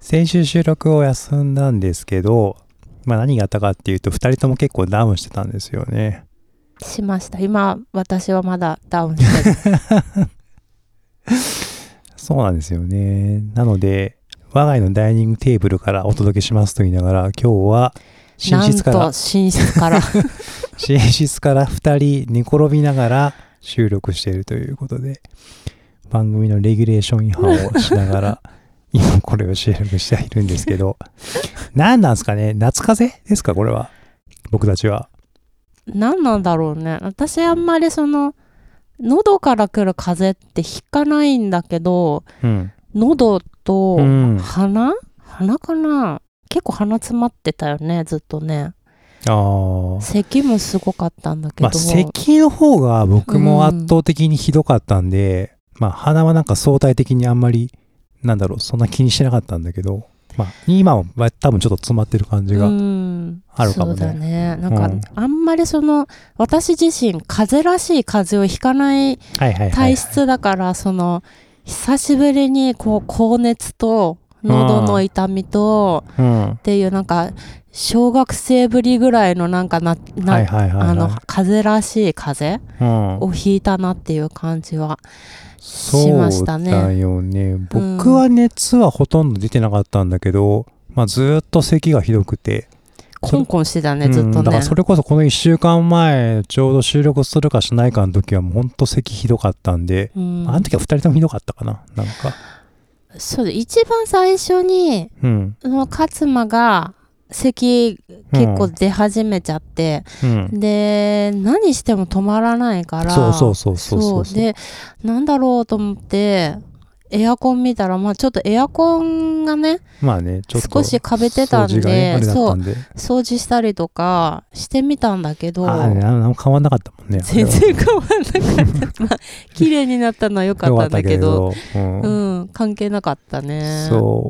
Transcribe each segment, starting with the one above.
先週収録を休んだんですけど、何があったかっていうと、2人とも結構ダウンしてたんですよね。 しました。今、私はまだダウンしてる。 そうなんですよね。なので、我が家のダイニングテーブルからお届けしますと言いながら、今日は寝室から寝室から2人寝転びながら収録しているということで、番組のレギュレーション違反をしながら今これを収録しているんですけど、何なんですかね、夏風邪ですかこれは。僕たちは何なんだろうね。私あんまり喉から来る風邪ってひかないんだけど、喉と鼻かな、結構鼻詰まってたよね、ずっとね。咳もすごかったんだけど、 咳の方が僕も圧倒的にひどかったんで、鼻はなんか相対的にあんまりそんな気にしてなかったんだけど、今は多分ちょっと詰まってる感じがあるかもね。 そうだね。なんか、あんまり私自身風邪らしい風邪をひかない体質だから、久しぶりに高熱と喉の痛みと、っていうなんか小学生ぶりぐらいの風邪らしい風邪をひいたなっていう感じはしましたね。 そうだよね。僕は熱はほとんど出てなかったんだけど、ずっと咳がひどくてコンコンしてたね、ずっとね。 だからそれこそこの1週間前ちょうど収録するかしないかの時はもうほんと咳ひどかったんで、あの時は2人ともひどかったかな。 そうだ、一番最初に、勝間が咳結構出始めちゃって、で何しても止まらないから、そうでなんだろうと思ってエアコン見たら、ちょっとエアコンがね、ちょっと少しかべてたんで、掃除したりとかしてみたんだけど、 変わんなかったもんね。 全然変わんなかった。綺麗になったのは良かったんだけど、関係なかったね。 そう、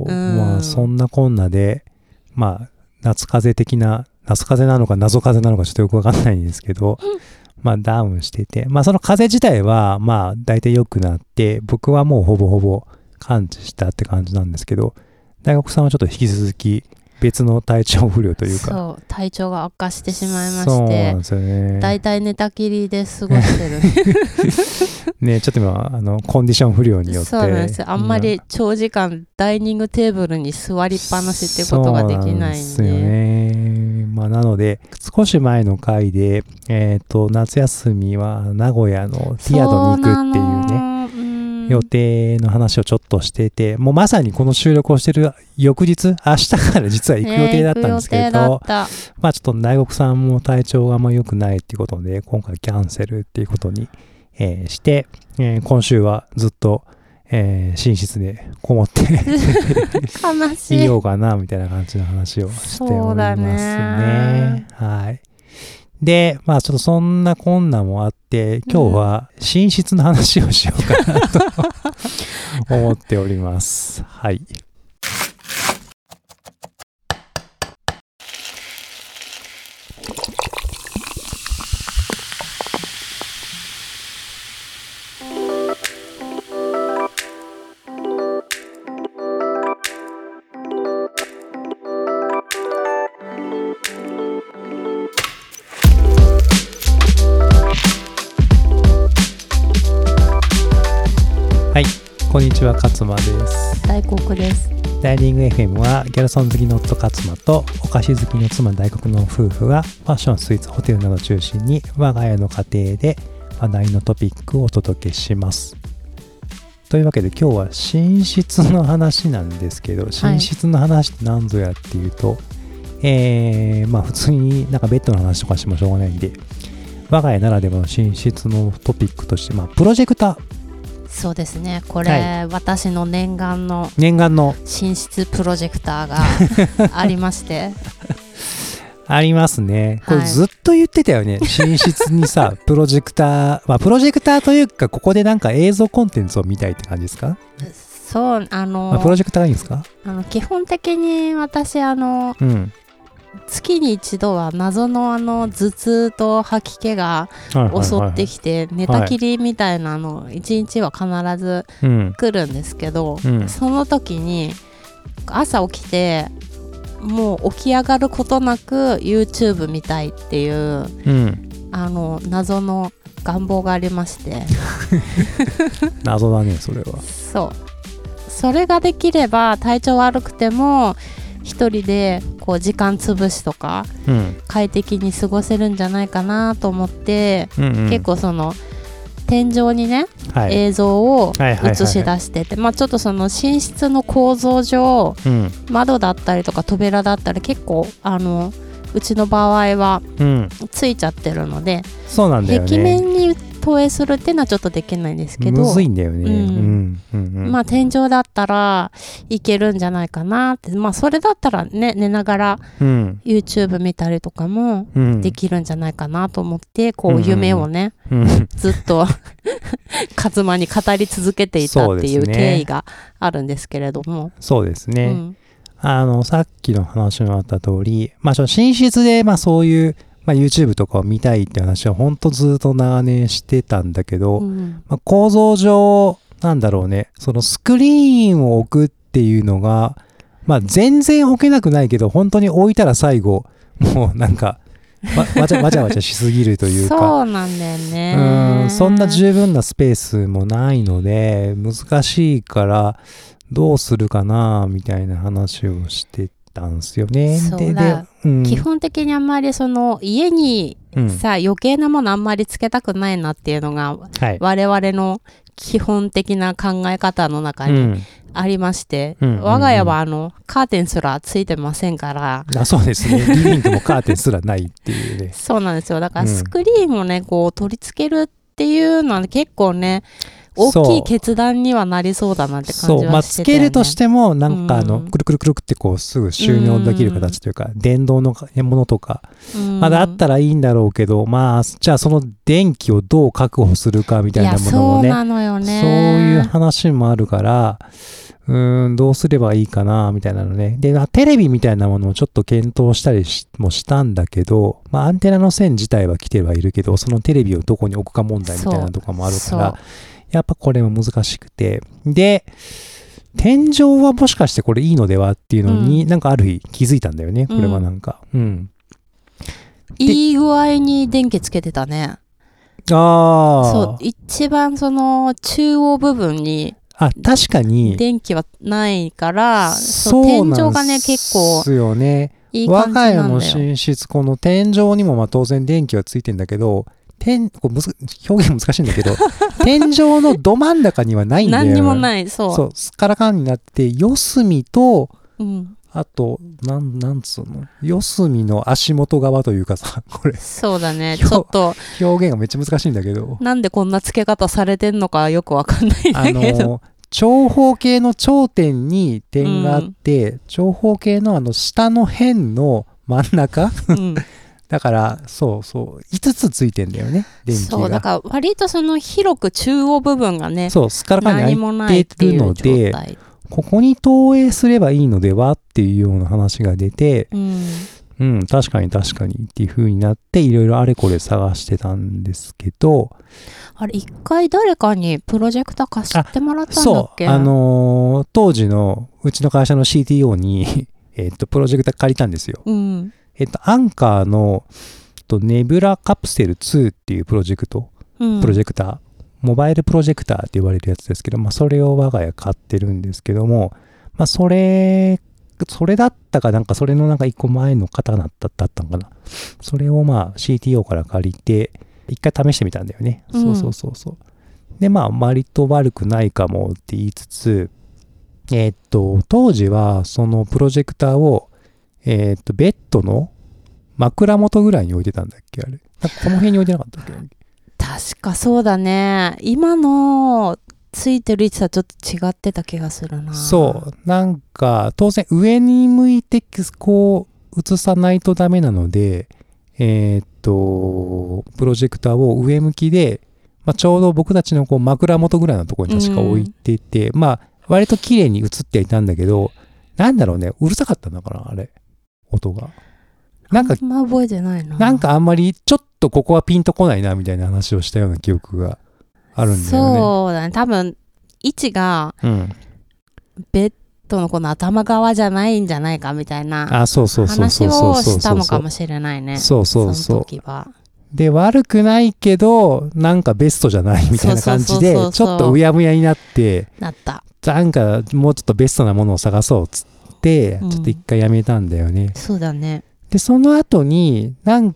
そんなこんなで、夏風邪なのか謎風邪なのかちょっとよくわかんないんですけど、ダウンしてて、その風邪自体は大体良くなって、僕はもうほぼほぼ完治したって感じなんですけど、大学さんはちょっと引き続き別の体調不良というか、 そう、体調が悪化してしまいまして、 そうなんですよね。 大体寝たきりで過ごしてるね。ちょっと今コンディション不良によって、 そうなんですよ。あんまり長時間ダイニングテーブルに座りっぱなしっていうことができないんで。そうなんですよね。 なので少し前の回で、夏休みは名古屋のティアドに行くっていうね、予定の話をちょっとしてて、もうまさにこの収録をしてる翌日、明日から実は行く予定だったんですけど、ちょっと大黒さんも体調があんま良くないっていうことで、今回キャンセルっていうことに、して、今週はずっと、寝室でこもって悲しいいようかなみたいな感じの話をしておりますね。はい。で、ちょっとそんなこんなもあって、今日は寝室の話をしようかなと思っております。はい。はい、こんにちは、勝間です。 大黒です。 ダイニング FM はギャルソン好きの夫勝間とお菓子好きの妻大黒の夫婦がファッション、スイーツ、ホテルなどを中心に我が家の家庭で話題のトピックをお届けします。というわけで今日は寝室の話なんですけど、寝室の話って何ぞやっていうと、普通になんかベッドの話とかしてもしょうがないんで、我が家ならではの寝室のトピックとして、プロジェクター。 そうですね、これ、私の念願の寝室プロジェクターがありましてありますね。これずっと言ってたよね、寝室にさプロジェクター、プロジェクターというかここでなんか映像コンテンツを見たいって感じですか？ そう、 プロジェクターがいいんですか？ 基本的に私月に一度は謎の頭痛と吐き気が襲ってきて、寝たきりみたいな一日は必ず来るんですけど、その時に朝起きてもう起き上がることなく YouTube 見たいっていう、謎の願望がありまして謎だねそれは。 それができれば体調悪くても一人でこう時間潰しとか、快適に過ごせるんじゃないかなと思って、結構その天井にね、映像を映し出してて、ちょっとその寝室の構造上、窓だったりとか扉だったり結構うちの場合はついちゃってるので、 そうなんだよね、 壁面に投影するっていうのはちょっとできないんですけど、 むずいんだよね、 天井だったらいけるんじゃないかなって、それだったらね寝ながら YouTube 見たりとかもできるんじゃないかなと思って、こう夢をね、ずっとカズマに語り続けていたっていう経緯があるんですけれども、 そうですね、さっきの話もあった通り、寝室でそういう、YouTube とかを見たいって話は本当ずっと長年してたんだけど、構造上なんだろうね、そのスクリーンを置くっていうのが、全然置けなくないけど本当に置いたら最後もうなんかわちゃわちゃしすぎるというかそうなんだよね。 そんな十分なスペースもないので難しいからどうするかなみたいな話をしてたんですよね。 基本的にあんまりその家にさ、余計なものあんまりつけたくないなっていうのが、我々の基本的な考え方の中にありまして、我が家はカーテンすらついてませんから。 そうですね、リビングもカーテンすらないっていうねそうなんですよ。だからスクリーンをねこう取り付けるっていうのは結構ね大きい決断にはなりそうだなって感じはしてたよね。 つけるとしてもなんかくるくるくるってこうすぐ収納できる形というか、電動のものとかまだあったらいいんだろうけど、じゃあその電気をどう確保するかみたいなものもね、 そうなのよね。 そういう話もあるからどうすればいいかなみたいなのね。でテレビみたいなものをちょっと検討したりもしたんだけど、アンテナの線自体は来てはいるけど、そのテレビをどこに置くか問題みたいなとかもあるから、やっぱこれも難しくて、で天井はもしかしてこれいいのではっていうのに、なんかある日気づいたんだよね。これはなんか、 いい具合に電気つけてたね。そう一番その中央部分に確かに電気はないから、天井がね結構ですよね。 いい感じなんだよ。 我が家の寝室この天井にも当然電気はついてんだけど、表現難しいんだけど天井のど真ん中にはないんだよ。 何にもない。そうスカラカンになって四隅と、 あとなんつうの、四隅の足元側というかさ、これそうだね、ちょっと表現がめっちゃ難しいんだけど、 なんでこんな付け方されてんのかよくわかんないんだけど、 長方形の頂点に点があって、長方形の下の辺の真ん中、だからそう5つついてんだよね、電気が。 そうだから割とその広く中央部分がね、 スカラカンに開いてるので、ここに投影すればいいのではっていうような話が出て、確かにっていう風になっていろいろあれこれ探してたんですけど、 あれ一回誰かにプロジェクター貸してもらったんだっけ？ 当時のうちの会社の CTO にプロジェクター借りたんですよ。アンカーのネブラカプセル2っていうプロジェクター、モバイルプロジェクターって言われるやつですけど、それを我が家買ってるんですけども、それだったかなんかそれのなんか一個前の方だったのかな。それをCTO から借りて一回試してみたんだよね。で割と悪くないかもって言いつつ、当時はそのプロジェクターをベッドの枕元ぐらいに置いてたんだっけ、あれ。なんかこの辺に置いてなかったっけ？ 確かそうだね。今のついてる位置はちょっと違ってた気がするな。 なんか当然上に向いてこう映さないとダメなので、プロジェクターを上向きで、ちょうど僕たちのこう枕元ぐらいのところに確か置いてて、割と綺麗に映っていたんだけど、なんだろうね、うるさかったのかな、あれ。音がなんか覚えてないな。 なんかあんまりちょっとここはピンとこないなみたいな話をしたような記憶があるんだよね。 そうだね、多分位置がベッドのこの頭側じゃないんじゃないかみたいな話をしたのかもしれないね。その時は。 で、悪くないけど、なんかベストじゃないみたいな感じで、ちょっとうやむやになって、なんかもうちょっとベストなものを探そうっつって、ちょっと一回やめたんだよね。 そうだね。 で、その後に、何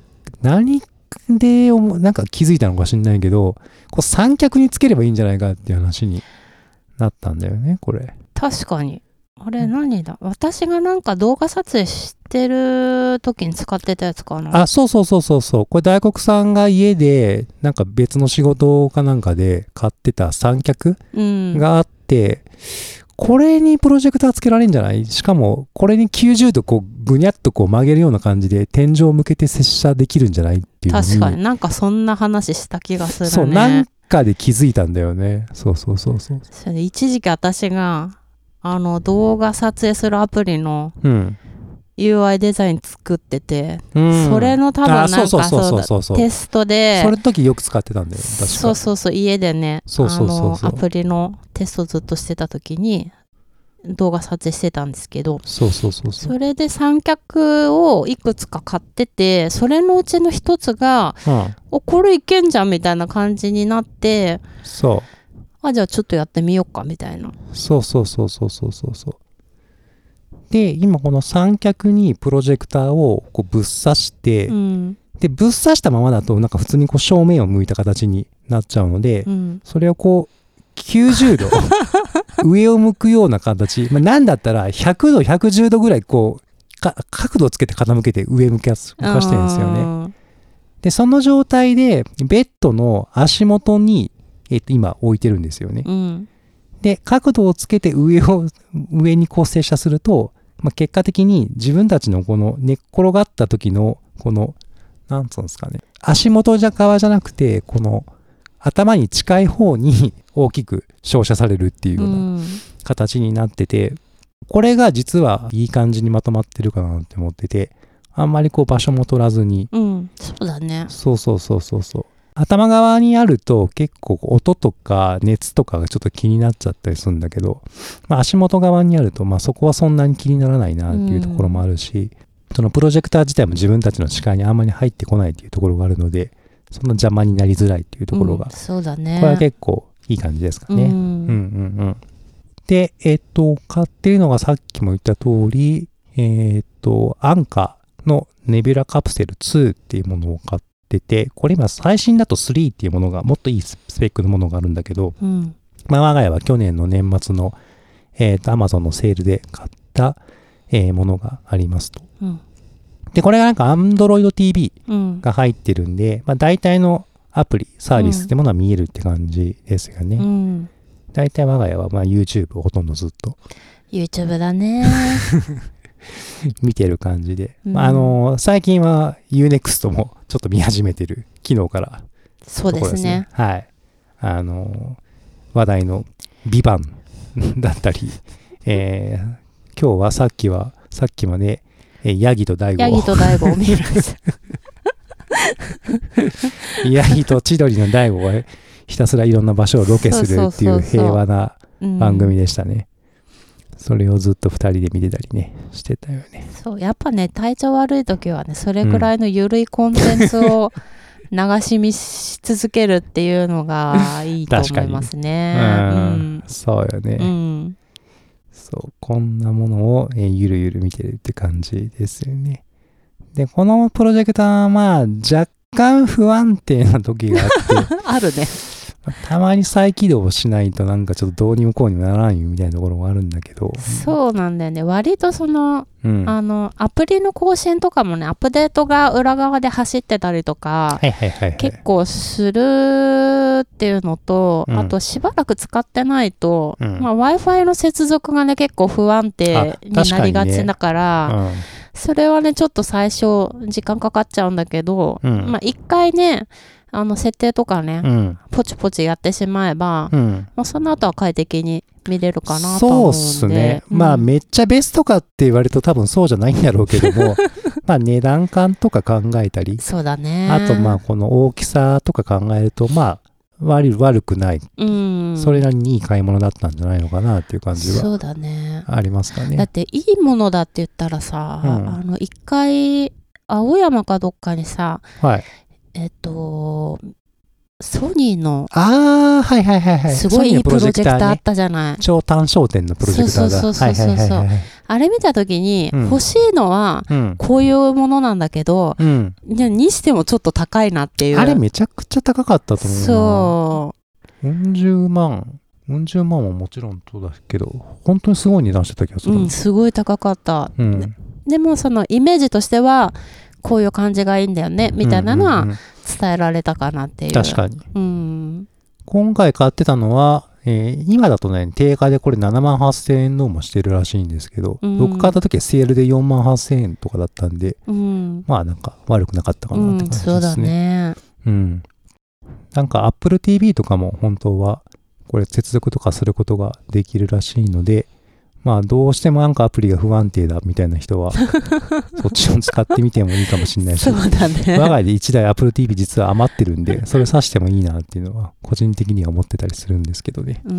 でなんか気づいたのか知んないけど、こう三脚につければいいんじゃないかっていう話になったんだよね、これ。 確かに。あれ何だ、私がなんか動画撮影してる時に使ってたやつかな。 そう。これ大黒さんが家でなんか別の仕事かなんかで買ってた三脚があって、これにプロジェクターつけられるんじゃない？しかもこれに90度こうぐにゃっとこう曲げるような感じで天井を向けて接写できるんじゃないっていうのに。 確かになんかそんな話した気がするね。 そう、なんかで気づいたんだよね。そう。それで一時期私が動画撮影するアプリの UI デザイン作ってて、それの多分なんかテストでそれ時よく使ってたんだよ。確かそう家でね、アプリのテストずっとしてた時に動画撮影してたんですけど、それで三脚をいくつか買ってて、それのうちの一つが、これいけんじゃんみたいな感じになって、じゃあちょっとやってみようかみたいな。 そう。で、今この三脚にプロジェクターをこうぶっ刺して、で、ぶっ刺したままだとなんか普通にこう正面を向いた形になっちゃうので、それをこう90度上を向くような形、なんだったら100度110度ぐらいこう角度をつけて傾けて上向かしてるんですよね。で、その状態でベッドの足元に、今置いてるんですよね。で、角度をつけて上にこう接写すると、結果的に自分たちのこの寝っ転がった時のこのなんつうんですかね、足元側じゃなくてこの頭に近い方に大きく照射されるっていうような形になってて、これが実はいい感じにまとまってるかなって思ってて、あんまりこう場所も取らずに、 そうだね。 そう頭側にあると結構音とか熱とかがちょっと気になっちゃったりするんだけど、足元側にあるとそこはそんなに気にならないなっていうところもあるし、そのプロジェクター自体も自分たちの視界にあんまり入ってこないっていうところがあるので、その邪魔になりづらいっていうところが、 そうだね。 これは結構いい感じですかね。で、買ってるのがさっきも言った通り、アンカーのネビュラカプセル2っていうものを買ってて、これ今最新だと3っていうものが、もっといいスペックのものがあるんだけど、我が家は去年の年末の、Amazon のセールで買った、ものがありますと。で、これがなんか Android TV が入ってるんで、大体のアプリ、サービスってものは見えるって感じですよね。大体我が家はYouTube をほとんどずっと。 YouTube だね。 見てる感じで。最近は Unext もちょっと見始めてる、昨日から。 そうですね。 はい。話題のビバンだったり、今日はさっきまで、ヤギと大悟を見るヤギと千鳥の大悟がひたすらいろんな場所をロケするっていう平和な番組でしたね。それをずっと2人で見てたりねしてたよね。 そう、やっぱね、体調悪い時はね、それぐらいの緩いコンテンツを流し見し続けるっていうのがいいと思いますね。 そうよね。そう、こんなものを、ゆるゆる見てるって感じですよね。で、このプロジェクター若干不安定な時があってあるね。 たまに再起動しないとなんかちょっとどうにもこうにもならんよみたいなところがあるんだけど、 そうなんだよね。割とその、アプリの更新とかもね、アップデートが裏側で走ってたりとか、結構するっていうのと、あとしばらく使ってないと、Wi-Fi の接続がね結構不安定になりがちだから、それはねちょっと最初時間かかっちゃうんだけど、一回ね設定とかね、ポチポチやってしまえば、その後は快適に見れるかなと思うんで。 そうっすね。めっちゃベストかって言われると多分そうじゃないんだろうけども値段感とか考えたり、 そうだね。 あとこの大きさとか考えると悪くない、 うん、 それなりにいい買い物だったんじゃないのかなっていう感じはそうだね、 ありますかね。 だっていいものだって言ったらさ、一回青山かどっかにさ、 はい、 ソニーのはいはいはいはい、 すごいいいプロジェクターあったじゃない、 超単焦点のプロジェクターだ。 そうあれ見た時に、欲しいのはこういうものなんだけど、にしてもちょっと高いなっていう。 あれめちゃくちゃ高かったと思うな。 そう。 40万はもちろんそうだけど、本当にすごい値段してた気がする。 すごい高かった。でもそのイメージとしてはこういう感じがいいんだよねみたいなのは伝えられたかなっていう。 確かに。今回買ってたのは、今だとね、定価でこれ78,000円のもしてるらしいんですけど、僕買った時はセールで48,000円とかだったんで、まあなんか悪くなかったかなって感じですね。 そうだね。 なんか Apple TV とかも本当はこれ接続とかすることができるらしいので、まあどうしてもなんかアプリが不安定だみたいな人はそっちを使ってみてもいいかもしれないし、 そうだね、 我が家で1台 Apple TV 実は余ってるんで、それ挿してもいいなっていうのは個人的には思ってたりするんですけどね。ち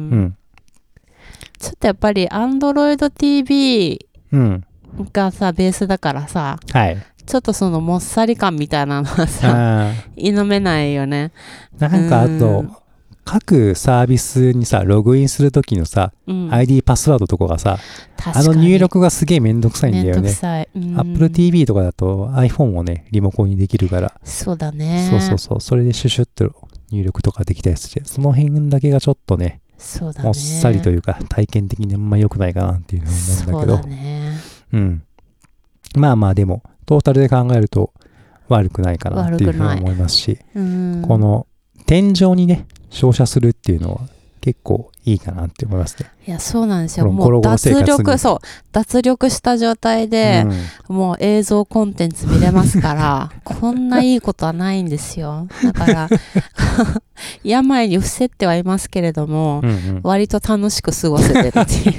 ょっとやっぱり Android TV がさ、ベースだからさ、ちょっとそのもっさり感みたいなのはさ、否めないよね。 なんかあと、各サービスにさ、ログインするときのさ、ID パスワードとかがさ、入力がすげえめんどくさいんだよね。Apple TV とかだと iPhone をね、リモコンにできるから。 そうだね。 そう。それでシュシュッと入力とかできたりして、その辺だけがちょっとね、もっさりというか、体験的にあんま良くないかなっていうふうに思うんだけど。 そうだね。 まあまあでも、トータルで考えると悪くないかなっていうふうに思いますし、この天井にね、照射するっていうのは結構いいかなって思いますね。 いや、そうなんですよ。もう脱力した状態で、もう映像コンテンツ見れますからこんないいことはないんですよ。だから病に伏せってはいますけれども、割と楽しく過ごせてるっていう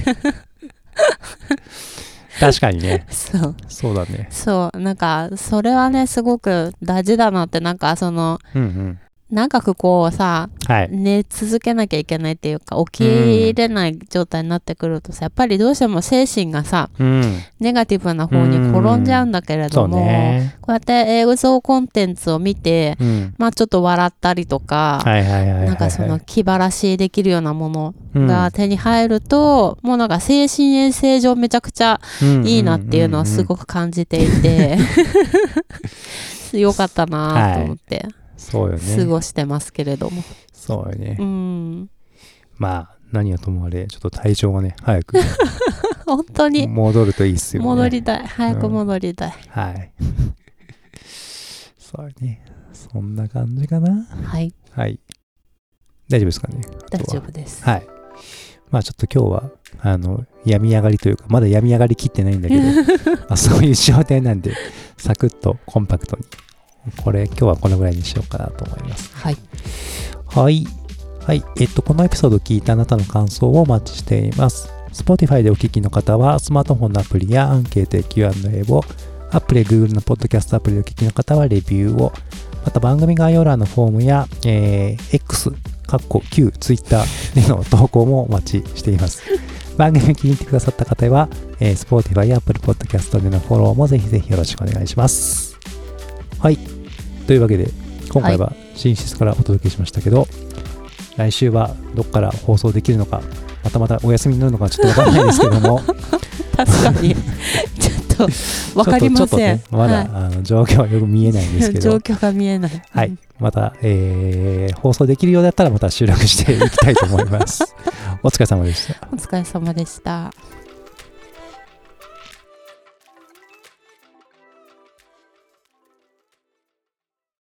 確かにね。 そうだね。 なんかそれはね、すごく大事だなって、なんかその、長くこうさ、寝続けなきゃいけないっていうか、起きれない状態になってくるとさ、やっぱりどうしても精神がさ、ネガティブな方に転んじゃうんだけれども、こうやって映像コンテンツを見て、まあちょっと笑ったりとか、なんかその気晴らしできるようなものが手に入ると、もうなんか精神衛生上めちゃくちゃいいなっていうのはすごく感じていて、よかったなと思って。 そうよね。 過ごしてますけれども。 そうよね。まあ何はともあれ、ちょっと体調がね、早く本当に戻るといいっすよね。 戻りたい、早く戻りたい。 そうね。そんな感じかな。 はい。 大丈夫ですかね。 大丈夫です。 まあちょっと今日は病み上がりというか、まだ病み上がりきってないんだけど、まあそういう状態なんで、サクッとコンパクトに。今日はこのぐらいにしようかなと思います。このエピソードを聞いたあなたの感想をお待ちしています。Spotify でお聞きの方は、スマートフォンのアプリやアンケートや Q&A を、Apple や Google のポッドキャストアプリでお聞きの方はレビューを、また番組概要欄のフォームや、X、旧 Twitter での投稿もお待ちしています。番組を気に入ってくださった方は、Spotify や Apple Podcast でのフォローもぜひぜひよろしくお願いします。というわけで今回は寝室からお届けしましたけど、来週はどっから放送できるのか、またお休みになるのかちょっとわからないですけども確かにちょっとわかりません。 まだ、状況はよく見えないんですけど状況が見えない。 また、放送できるようだったらまた収録していきたいと思います。お疲れ様でした。 お疲れ様でした。